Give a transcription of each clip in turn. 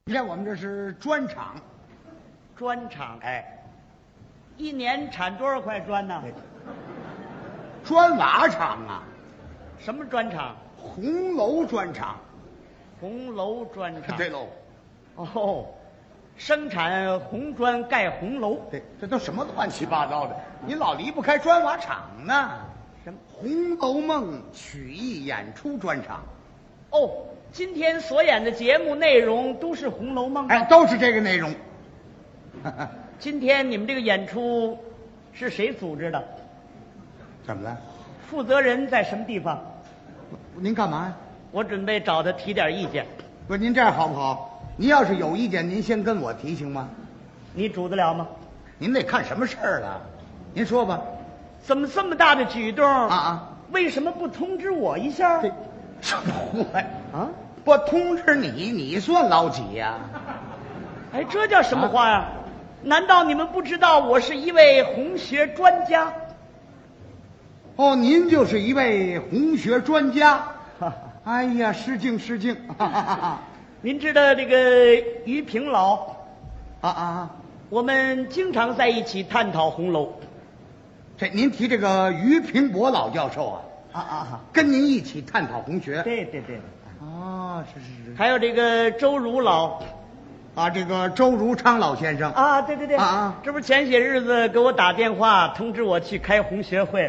你看我们这是砖厂， 砖厂， 哎， 一年产多少块砖呢？ 砖瓦厂啊， 什么砖厂？ 红楼砖厂。 红楼砖厂。 对喽， 哦，生产红砖盖红楼。 对，这都什么乱七八糟的？你老离不开砖瓦厂呢。 什么？ 《红楼梦》曲艺演出专场， 哦，今天所演的节目内容都是《红楼梦》。 哎，都是这个内容。 今天你们这个演出是谁组织的？ 怎么了？ 负责人在什么地方？ 您干嘛呀？ 我准备找他提点意见。 不是您这样好不好？您要是有意见，您先跟我提行吗？ 你主得了吗？ 您得看什么事儿了，您说吧。 怎么这么大的举动啊？ 为什么不通知我一下？ 这什么话啊？ 不通知你，你算老几呀？ 哎，这叫什么话呀？难道你们不知道我是一位红学专家？ 哦，您就是一位红学专家。哎呀，失敬失敬。 您知道这个于平老？我们经常在一起探讨红楼。 这您提这个于平伯老教授跟您一起探讨红学。 对。 哦，是。 还有这个周儒老， 这个周如昌老先生。 对。这不是前些日子给我打电话通知我去开红学会。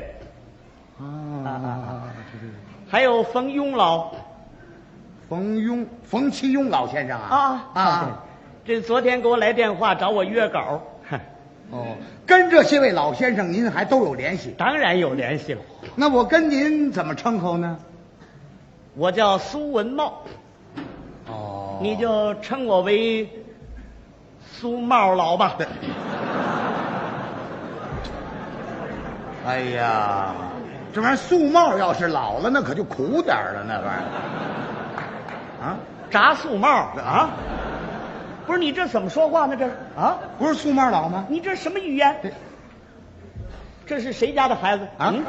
还有冯庸老， 冯其庸老先生这昨天给我来电话找我约稿。 跟这些位老先生您还都有联系？ 当然有联系了。 那我跟您怎么称呼呢？ 我叫苏文茂。你就称我为苏茂老吧。 对。哎呀，这玩意儿苏茂要是老了，那可就苦点了，那玩意儿。 炸苏茂不是你这怎么说话呢？这是不是苏茂老吗？ 你这什么语言？这是谁家的孩子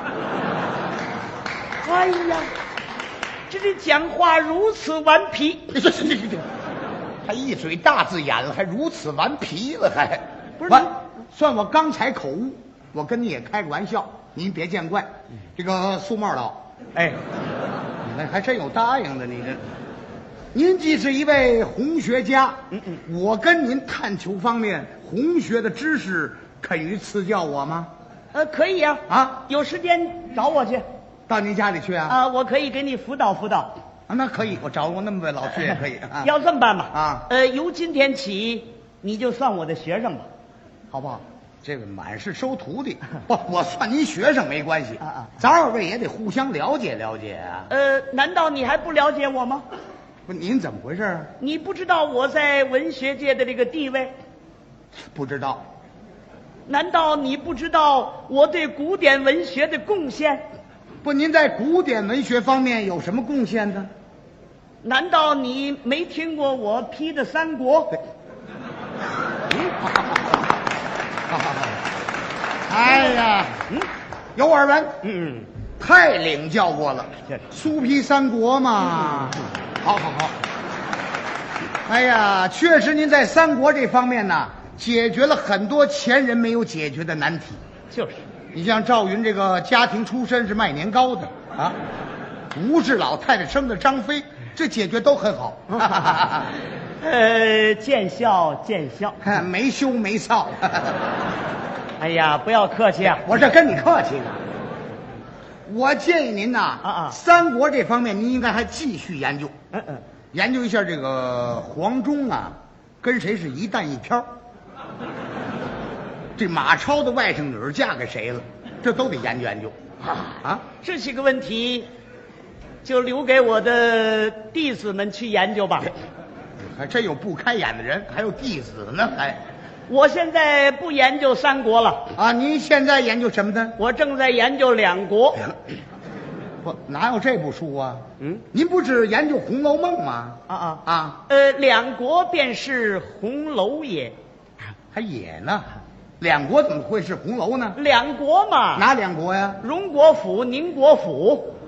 哎呀，这讲话如此顽皮。 还一嘴大字眼了，还如此顽皮了，还不是算我刚才口误，我跟你也开个玩笑，您别见怪。这个苏茂老，你那还真有答应的，你这。您既是一位红学家，我跟您探求方面红学的知识，肯于赐教我吗？ 可以有时间找我去， 到您家里去我可以给你辅导辅导。 那可以，我找我那么位老师也可以要这么办吧？由今天起你就算我的学生吧，好不好？ 这个满是收徒弟，我算您学生没关系咱二位也得互相了解了解难道你还不了解我吗？ 不，您怎么回事？ 你不知道我在文学界的这个地位？ 不知道。 难道你不知道我对古典文学的贡献？ 不，您在古典文学方面有什么贡献呢？ 难道你没听过我批的三国？ 哎呀，有耳闻，太领教过了。苏批三国嘛，好。哎呀，确实您在三国这方面呢，解决了很多前人没有解决的难题。 就是， 你像赵云这个家庭出身是卖年糕的吴氏老太太生的张飞，这解决都很好。 见笑， 没羞没臊。 哎呀，不要客气我这跟你客气呢。我建议您三国这方面您应该还继续研究。研究一下这个黄忠跟谁是一弹一飘，这马超的外甥女嫁给谁了，这都得研究研究这些个问题就留给我的弟子们去研究吧。 还真有不开眼的人，还有弟子呢。 我现在不研究三国了您现在研究什么呢？ 我正在研究两国。 不，哪有这部书您不是研究《红楼梦》吗？ 两国便是红楼也。 还也呢？两国怎么会是红楼呢？ 两国嘛。 哪两国呀？ 荣国府、宁国府。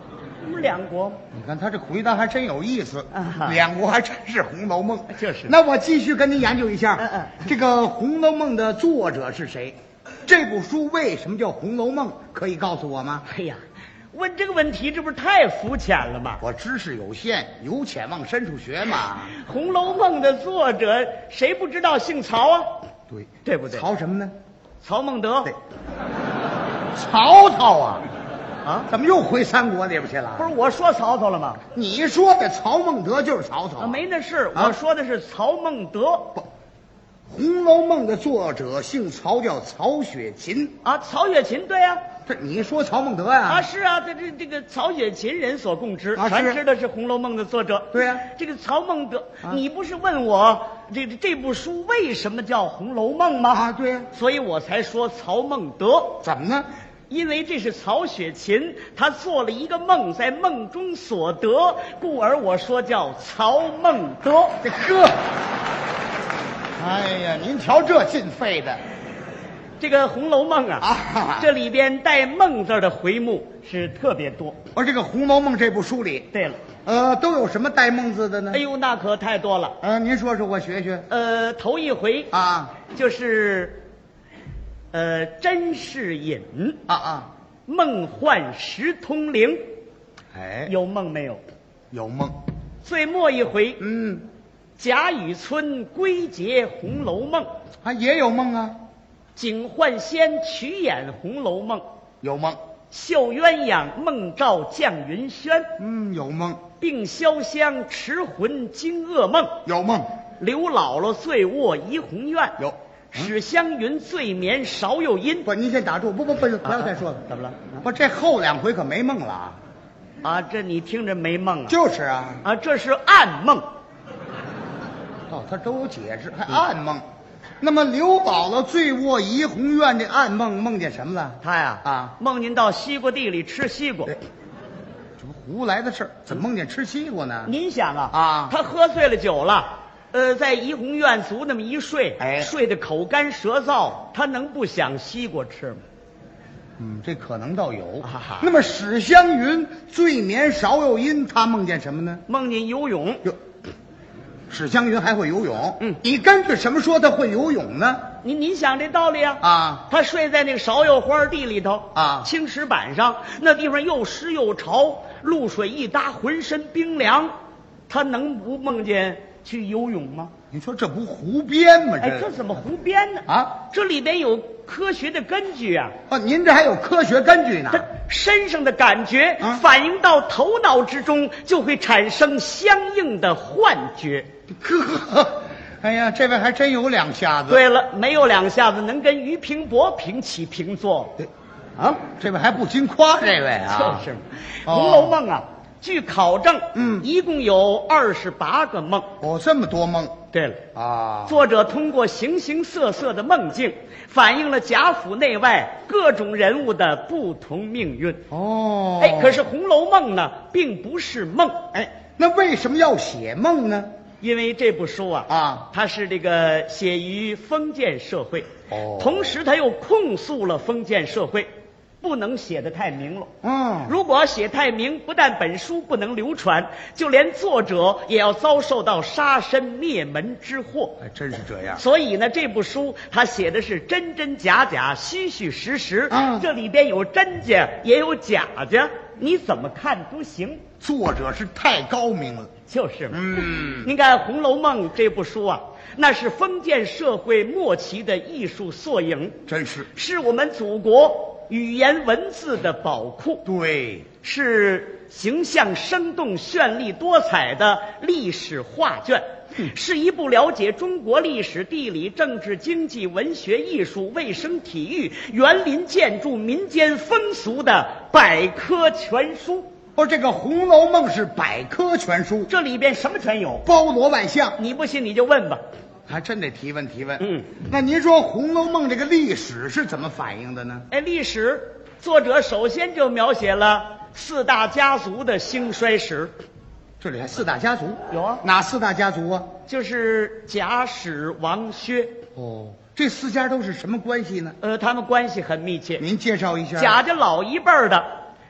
不是两国吗？ 你看他这回答还真有意思， 啊两国还真是《红楼梦》。 就是那我继续跟您研究一下，这个《红楼梦》的作者是谁？这部书为什么叫《红楼梦》？可以告诉我吗？ 哎呀，问这个问题，这不是太肤浅了吗？ 我知识有限，由浅往深处学嘛。 《红楼梦》的作者谁不知道姓曹啊？ 对， 对不对？ 曹什么呢？ 曹孟德。 对，曹操啊！ 啊， 怎么又回三国里边去了？ 不是我说曹操了吗？ 你说的曹孟德就是曹操， 没那事， 啊我说的是曹孟德。 不，《红楼梦》的作者姓曹，叫曹雪芹。 啊，曹雪芹，对呀。 这你说曹孟德呀？ 啊，是啊，这个曹雪芹人所共知， 啊是全知道是《红楼梦》的作者。 对呀这个曹孟德， 啊你不是问我这部书为什么叫《红楼梦》吗？ 啊，对呀。 所以我才说曹孟德。 怎么呢？ 因为这是曹雪芹，他做了一个梦，在梦中所得，故而我说叫曹孟德。 这呵，哎呀，您瞧这劲费的这个《红楼梦》 啊这里边带“梦”字的回目是特别多。 我这个《红楼梦》这部书里， 对了， 都有什么带梦字的呢？ 哎呦，那可太多了。 您说说，我学学。 头一回啊就是甄士隐啊， 梦幻识通灵， 哎， 有梦没有？ 有梦。 最末一回， 嗯， 贾雨村归结《红楼梦》， 也有梦啊， 警幻仙曲演《红楼梦》， 有梦。 绣鸳鸯梦照绛云轩， 有梦。 并潇湘持魂惊噩梦， 有梦。 刘姥姥醉卧怡红院， 有。 史湘云醉眠芍药阴。 不，您先打住，不要再说了。 怎么了？ 不，这后两回可没梦了啊。 啊，这你听着没梦啊？ 就是啊。 啊，这是暗梦。 哦，他都有解释，还暗梦。那么刘姥姥醉卧怡红院，这暗梦梦见什么了？ 他呀，梦见到西瓜地里吃西瓜。 这不胡来的事儿，怎么梦见吃西瓜呢？ 您想啊他喝醉了酒了，在怡红院足那么一睡，睡得口干舌燥，他能不想西瓜吃吗？ 这可能倒有。那么史湘云醉眠芍药阴，他梦见什么呢？ 梦见游泳。 史湘云还会游泳？你根据什么说他会游泳呢？ 您想这道理啊？他睡在那个芍药花地里头啊， 青石板上，那地方又湿又潮，露水一搭，浑身冰凉，他能不梦见去游泳吗？ 你说这不胡编吗？ 这怎么胡编呢？这里边有科学的根据啊！ 您这还有科学根据呢？ 他身上的感觉反映到头脑之中，就会产生相应的幻觉。 哎呀，这位还真有两下子。 对了，没有两下子能跟俞平伯平起平坐。 这位还不禁夸这位啊。 就是，《红楼梦》啊，据考证，一共有28个梦。 这么多梦。 对了作者通过形形色色的梦境，反映了贾府内外各种人物的不同命运。可是《红楼梦》呢，并不是梦。 那为什么要写梦呢？ 因为这部书它是这个写于封建社会，同时它又控诉了封建社会，不能写得太明了。如果要写太明，不但本书不能流传，就连作者也要遭受到杀身灭门之祸。 真是这样。 所以呢，这部书它写的是真真假假，虚虚实实。这里边有真假，也有假假，你怎么看都行。 作者是太高明了。 就是您看《红楼梦》这部书那是封建社会末期的艺术缩影， 真是， 是我们祖国语言文字的宝库。 对， 是形象生动、绚丽多彩的历史画卷，是一部了解中国历史、地理、政治、经济、文学、艺术、卫生、体育、园林建筑、民间风俗的百科全书。 这个《红楼梦》是百科全书， 这里边什么全有， 包罗万象。 你不信你就问吧， 还真得提问。那您说《红楼梦》这个历史是怎么反映的呢？ 历史作者首先就描写了4大家族的兴衰史。 这里还4大家族？ 有哪4大家族啊？ 就是贾史王薛。 这4家都是什么关系呢？ 他们关系很密切。 您介绍一下。 贾家老一辈的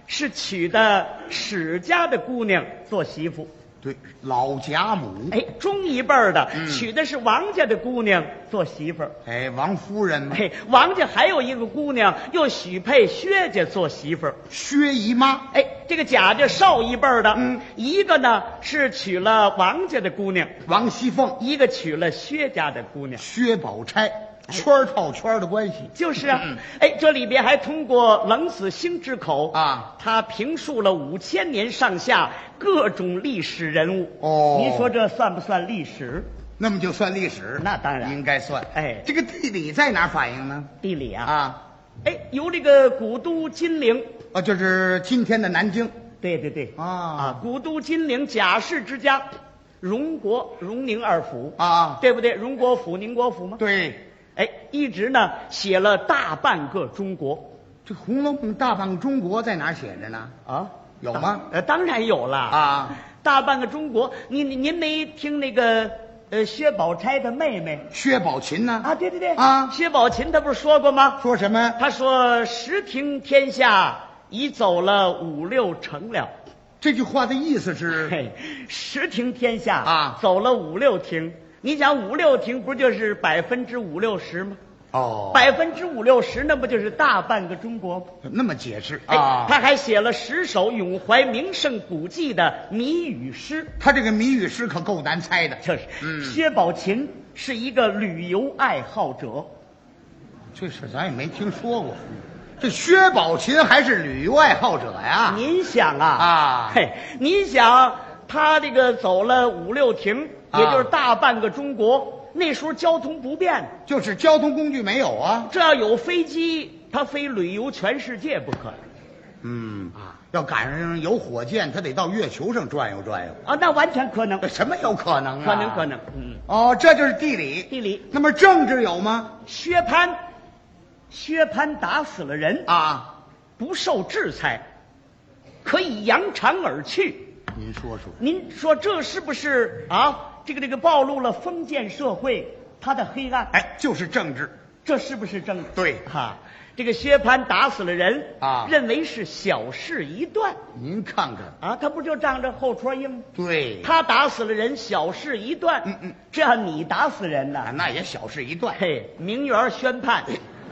是娶的史家的姑娘做媳妇。 对，老贾母。 哎，中一辈的娶的是王家的姑娘做媳妇儿。 哎，王夫人嘛。 哎，王家还有一个姑娘又许配薛家做媳妇儿。 薛姨妈。 哎，这个贾家少一辈的，一个呢是娶了王家的姑娘王熙凤， 一个娶了薛家的姑娘薛宝钗。圈套圈的关系就是啊，哎，这里边还通过冷子兴之口啊， 他评述了5000年上下各种历史人物。 哦， 您说这算不算历史？ 那么就算历史， 那当然应该算。 哎， 这个地理在哪反映呢？ 地理啊啊， 哎，由这个古都金陵啊，就是今天的南京。 对对对啊， 古都金陵贾氏之家，荣国、荣宁二府啊， 对不对？荣国府、宁国府吗？ 对。 哎，一直呢写了大半个中国。 这《红楼梦》大半个中国在哪儿写着呢？ 啊， 有吗？ 当然有了啊！ 大半个中国，您没听那个薛宝钗的妹妹薛宝琴呢？ 啊，对对对啊， 薛宝琴她不是说过吗？ 说什么？ 她说十庭天下已走了5、6成了。 这句话的意思是， 嘿，十庭天下啊， 走了5、6庭。你想5、6庭不就是50%、60%吗？ 哦 ，50%、60%那不就是大半个中国吗？ 那么解释啊！他还写了10首咏怀名胜古迹的谜语诗。 他这个谜语诗可够难猜的。 就是，薛宝琴是一个旅游爱好者。 这事咱也没听说过。这薛宝琴还是旅游爱好者呀？ 您想啊，嘿，您想他这个走了5、6庭，也就是大半个中国。那时候交通不便， 就是交通工具没有啊。 这要有飞机，他非旅游全世界不可。 要赶上有火箭，他得到月球上转悠转悠啊，那完全可能。 什么有可能啊？ 可能。 哦，这就是地理。 地理。 那么政治有吗？ 薛蟠打死了人啊， 不受制裁，可以扬长而去。您说这是不是啊？这个暴露了封建社会它的黑暗。 哎，就是政治， 这是不是政治？ 对哈，这个薛蟠打死了人啊， 认为是小事一段。 您看看啊，他不就仗着后戳硬吗？ 对， 他打死了人，小事一段。这样你打死人呢， 那也小事一段。 嘿，名媛宣判。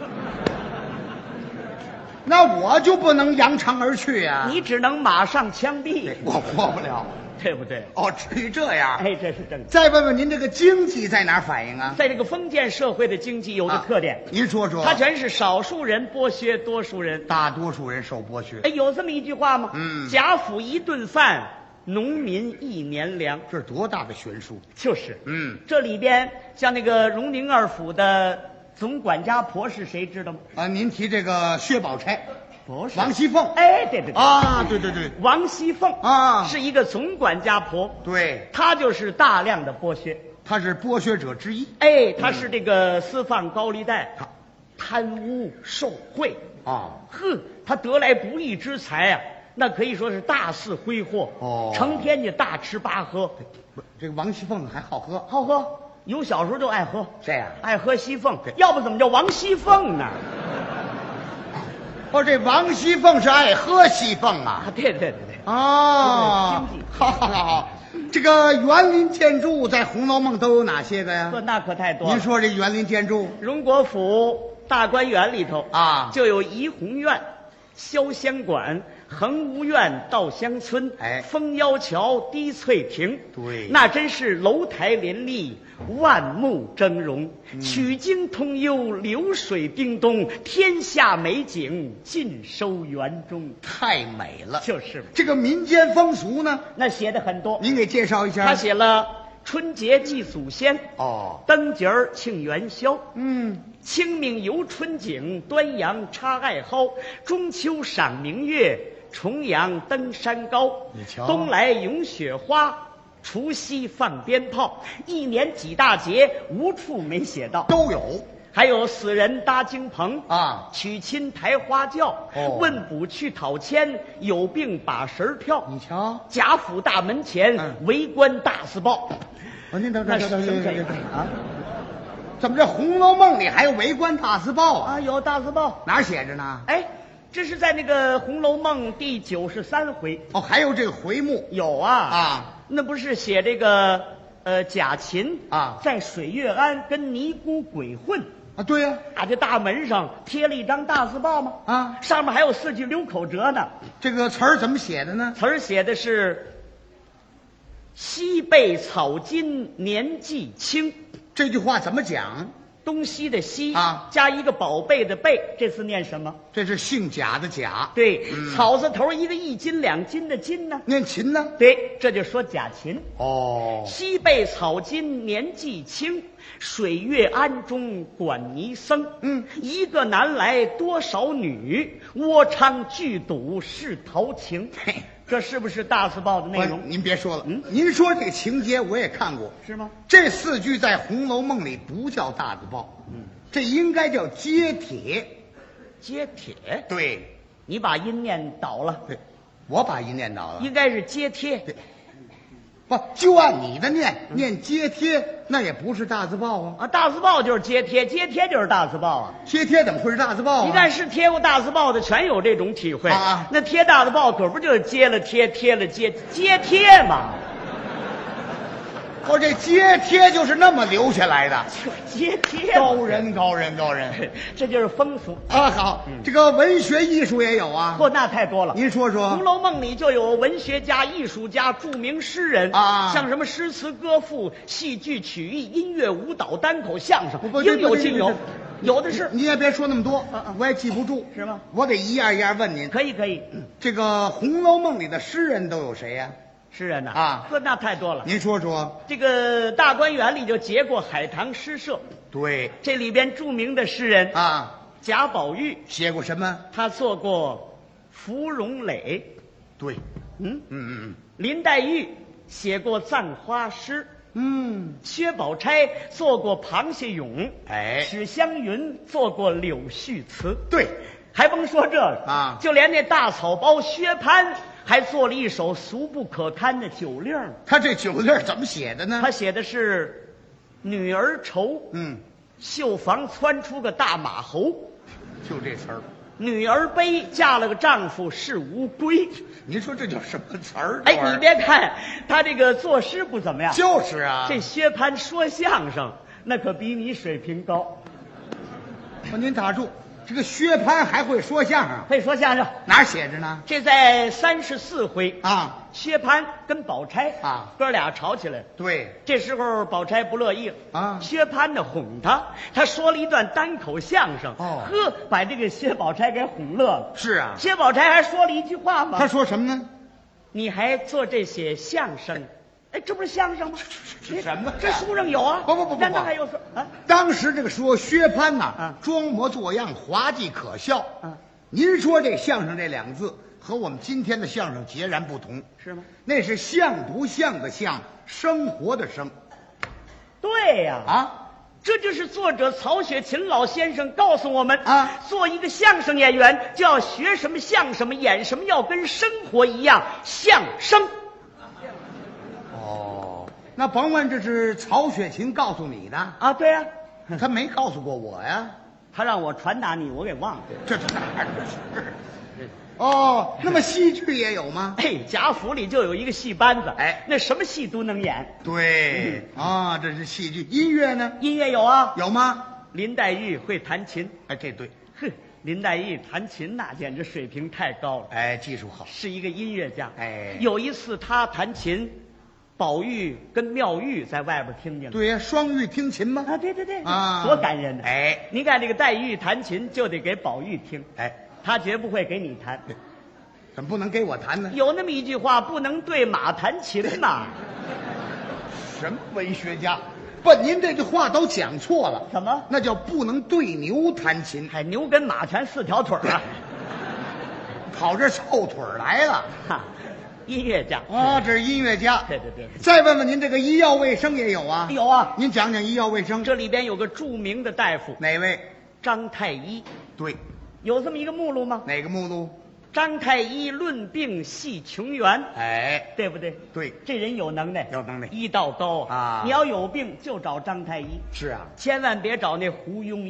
那我就不能扬长而去啊！ 你只能马上枪毙。 我活不了。 对不对？ 哦，至于这样？ 哎，这是正。 再问问您，这个经济在哪儿反映啊？ 在这个封建社会的经济有个特点， 您说说。 它全是少数人剥削多数人， 大多数人受剥削。 哎，有这么一句话吗？贾府一顿饭，农民1年粮。 这是多大的悬殊？ 就是。这里边像那个荣宁二府的总管家婆是谁知道吗？ 啊，您提这个薛宝钗。 不是王熙凤。 哎，对啊，对， 王熙凤啊， 是一个总管家婆。 对， 她就是大量的剥削， 她是剥削者之一。 哎，她是这个私放高利贷、贪污受贿啊， 她得来不易之财啊，那可以说是大肆挥霍哦， 成天就大吃八喝。 这个王熙凤还好喝， 好喝，有小时候就爱喝。 这样爱喝西凤，要不怎么叫王熙凤呢？ 哦，这王熙凤是爱喝西凤啊？ 对。 哦，好。这个园林建筑在《红楼梦》都有哪些个呀？ 那可太多了。 您说这园林建筑， 荣国府大观园里头啊， 就有怡红院、潇湘馆、恒芜苑、稻香村、蜂腰桥、滴翠亭。 对， 那真是楼台林立，万目峥嵘，曲径通幽，流水叮咚，天下美景尽收园中。 太美了。 就是这个民间风俗呢， 那写的很多， 您给介绍一下。 他写了春节祭祖先，灯节儿庆元宵，清明游春景，端阳插艾蒿，中秋赏明月，重阳登山高， 你瞧， 冬来咏雪花，除夕放鞭炮，一年几大节，无处没写到， 都有。 还有死人搭京棚啊， 娶亲抬花轿，问卜去讨签，有病把神跳。 你瞧， 贾府大门前围观大字报。 您等啊！怎么这《红楼梦》里还有围观大字报啊？ 有大字报， 哪写着呢？ 哎， 这是在那个《红楼梦》第93回。 哦，还有这个回目？ 有啊。那不是写这个贾芹啊，在水月庵跟尼姑鬼混啊？对呀。 这大门上贴了一张大字报吗？啊，上面还有4句溜口辙呢。 这个词儿怎么写的呢？ 词儿写的是西被草金年纪轻。 这句话怎么讲？ 东西的西啊，加一个宝贝的贝，这字念什么？ 这是姓贾的贾。 对，草字头一个1斤2斤的斤呢？ 念秦呢？ 对，这就说贾芹。 哦， 西被草金年纪轻，水月庵中管尼僧。一个男来多少女，窝娼聚赌是陶情。这是不是大字报的内容？ 您别说了，您说这个情节我也看过， 是吗？ 这4句在《红楼梦》里不叫大字报，这应该叫揭帖。 揭帖？ 对， 你把音念倒了。 对，我把音念倒了， 应该是揭帖。 对，不就按你的念揭帖，那也不是大字报啊！ 大字报就是揭帖，揭帖就是大字报啊！ 揭帖怎么会是大字报啊？ 你看是贴过大字报的，全有这种体会啊！那贴大字报可不就是揭了贴，贴了揭，揭帖吗？ 这揭帖就是那么留下来的， 揭帖， 高人， 这就是风俗啊！好，这个文学艺术也有啊， 那太多了。 您说说， 《红楼梦》里就有文学家、艺术家、著名诗人啊，像什么诗词歌赋、戏剧曲艺、音乐舞蹈、单口相声，应有尽有，有的是。 你也别说那么多，我也记不住， 是吗？ 我得一样一样问您。 可以。 这个《红楼梦》里的诗人都有谁呀？ 诗人呐那太多了。 您说说。 这个大观园里就结过海棠诗社。 对， 这里边著名的诗人啊， 贾宝玉写过什么？ 他做过芙蓉蕾。 对， 林黛玉写过葬花诗。薛宝钗做过螃蟹咏。史湘云做过柳絮词。 对， 还甭说这个啊，就连那大草包薛蟠还做了一首俗不可堪的酒令。 他这酒令怎么写的呢？ 他写的是女儿愁，绣房窜出个大马猴， 就这词儿。 女儿悲，嫁了个丈夫是乌龟。 您说这叫什么词儿？ 你别看他这个作诗不怎么样， 就是啊， 这薛蟠说相声那可比你水平高。 您打住。这个薛蟠还会说相声？ 会说相声， 哪儿写着呢？ 这在34回啊。 薛蟠跟宝钗啊，哥俩吵起来。 对， 这时候宝钗不乐意了啊。 薛蟠呢哄他，他说了一段单口相声。把这个薛宝钗给哄乐了。 是啊。 薛宝钗还说了一句话吗？ 他说什么呢？ 你还做这些相声？这不是相声吗？ 什么？ 这书上有啊！ 不， 那还有说啊？ 当时这个说薛蟠呐，装模作样，滑稽可笑。您说这相声这2个字和我们今天的相声截然不同， 是吗？ 那是像不像的像，生活的生。 对呀，这就是作者曹雪芹老先生告诉我们做一个相声演员就要学什么像什么，演什么要跟生活一样，相声。 那甭问这是曹雪芹告诉你的啊？对呀， 他没告诉过我呀， 他让我传达你，我给忘了。 这哪是？那么戏剧也有吗？ 贾府里就有一个戏班子，那什么戏都能演。 对这是戏剧。音乐呢？ 音乐有啊。 有吗？ 林黛玉会弹琴。 这对。 林黛玉弹琴那简直水平太高了。 技术好， 是一个音乐家。有一次他弹琴，宝玉跟妙玉在外边听见了。 对呀，双玉听琴吗？ 对多感人呢！您看这个黛玉弹琴就得给宝玉听，他绝不会给你弹。 怎么不能给我弹呢？ 有那么一句话，不能对马弹琴呐。 什么文学家？不，您这句话都讲错了。 怎么？ 那叫不能对牛弹琴。 牛跟马全4条腿啊， 跑这凑腿来了。 音乐家这是音乐家。 对。 再问问您，这个医药卫生也有啊？ 有啊。 您讲讲医药卫生。 这里边有个著名的大夫。 哪位？ 张太医。 对。 有这么一个目录吗？ 哪个目录？ 张太医论病系穷源。对不对？ 对。 这人有能耐，医道高啊。你要有病就找张太医。 是啊。 千万别找那胡庸医。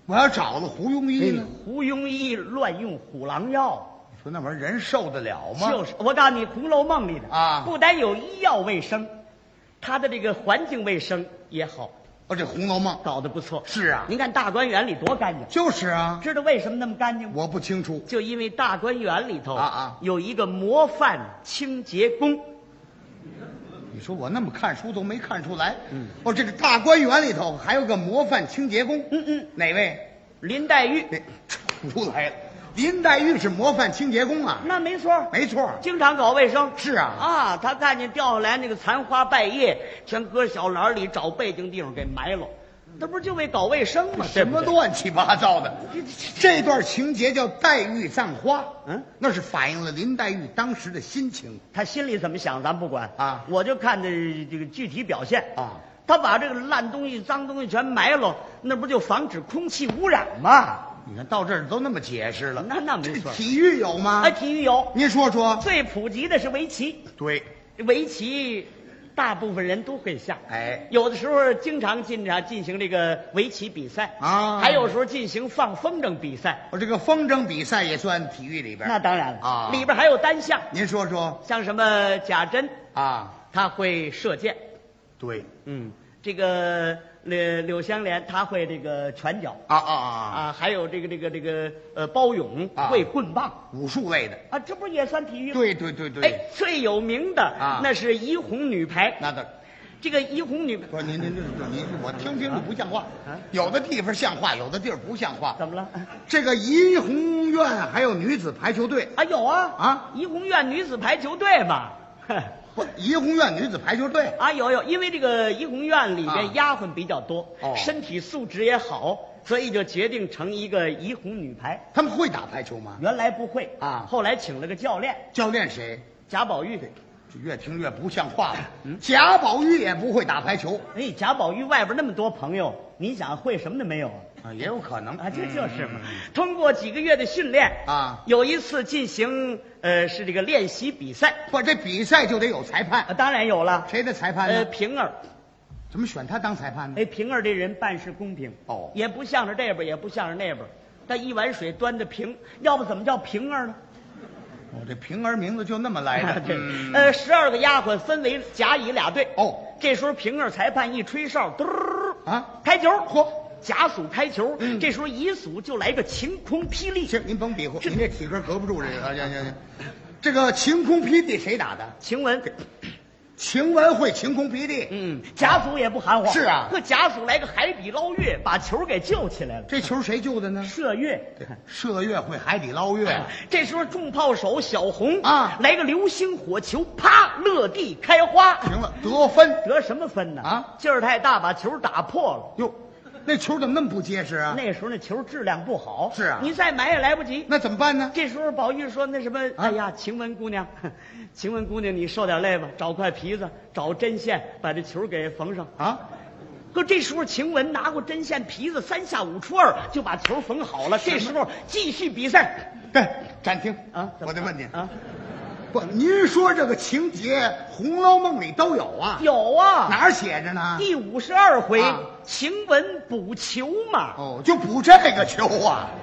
我要找了胡庸医呢？ 胡庸医乱用虎狼药， 你说那玩意儿人受得了吗？ 就是，我告诉你，《红楼梦》里的啊， 不但有医药卫生，它的这个环境卫生也好。 哦，这《红楼梦》 搞得不错。 是啊， 您看大观园里多干净。 就是啊， 知道为什么那么干净吗？ 我不清楚。 就因为大观园里头啊有一个模范清洁工。 你说我那么看书都没看出来。哦，这个大观园里头还有个模范清洁工。哪位？ 林黛玉。 出来了。林黛玉是模范清洁工啊？ 那没错， 没错， 经常搞卫生。 是啊， 啊，他看见掉下来那个残花败叶，全搁小篮里找背景地方给埋了，那不是就为搞卫生吗？ 什么乱七八糟的！这段情节叫黛玉葬花，那是反映了林黛玉当时的心情。 她心里怎么想咱不管啊， 我就看这个具体表现啊。 他把这个烂东西、脏东西全埋了，那不就防止空气污染吗？ 你看到这儿都那么解释了， 那没错。 体育有吗？ 体育有。 您说说。 最普及的是围棋。 对， 围棋大部分人都会下。 哎， 有的时候经常进行这个围棋比赛啊， 还有时候进行放风筝比赛。 我这个风筝比赛也算体育里边。 那当然了啊， 里边还有单项。 您说说。 像什么贾珍啊， 他会射箭。 对， 这个柳湘莲他会这个拳脚还有这个包勇会棍棒， 武术类的啊，这不也算体育吗？ 对。 哎，最有名的那是怡红女排。 那的， 这个怡红女不是您我听着不像话有的地方像话，有的地儿不像话。 怎么了？ 这个怡红院还有女子排球队啊，有啊怡红院女子排球队嘛。 不，怡红院女子排球队啊，有，因为这个怡红院里边丫鬟比较多，身体素质也好，所以就决定成一个怡红女排。 他们会打排球吗？ 原来不会啊，后来请了个教练。 教练谁？ 贾宝玉。 越听越不像话了。贾宝玉也不会打排球。 哎，贾宝玉外边那么多朋友，你想会什么都没有啊？也有可能啊，这就是嘛。通过几个月的训练啊， 有一次进行是这个练习比赛。 不，这比赛就得有裁判当然有了。 谁的裁判呢？ 平儿。 怎么选他当裁判呢？ 哎，平儿这人办事公平也不向着这边，也不向着那边，他一碗水端着平，要不怎么叫平儿呢？ 这平儿名字就那么来的。 12个丫鬟分为甲乙俩队。这时候平儿裁判一吹哨，嘟开球。甲组开球，这时候乙组就来个晴空霹雳。 行，您甭比划，您这体格隔不住这个。行，这个晴空霹雳谁打的？ 晴雯。 晴雯会晴空霹雳。 甲组也不含糊。 是啊， 和甲组来个海底捞月，把球给救起来了。 这球谁救的呢？ 麝月。 麝月会海底捞月。 这时候重炮手小红来个流星火球，啪，落地开花。 行了，得分。 得什么分呢？劲儿太大，把球打破了。 哟，那球怎么那么不结实啊？ 那时候那球质量不好。 是啊， 你再买也来不及。 那怎么办呢？ 这时候宝玉说：“那什么，哎呀，晴雯姑娘，晴雯姑娘，你受点累吧，找块皮子，找针线，把这球给缝上啊。”可这时候晴雯拿过针线皮子，3下5除2就把球缝好了。这时候继续比赛。 对，暂停啊！我得问您啊。 不，您说这个情节《红楼梦》里都有啊？ 有啊， 哪儿写着呢？ 第52回，晴雯补球嘛。 就补这个球啊。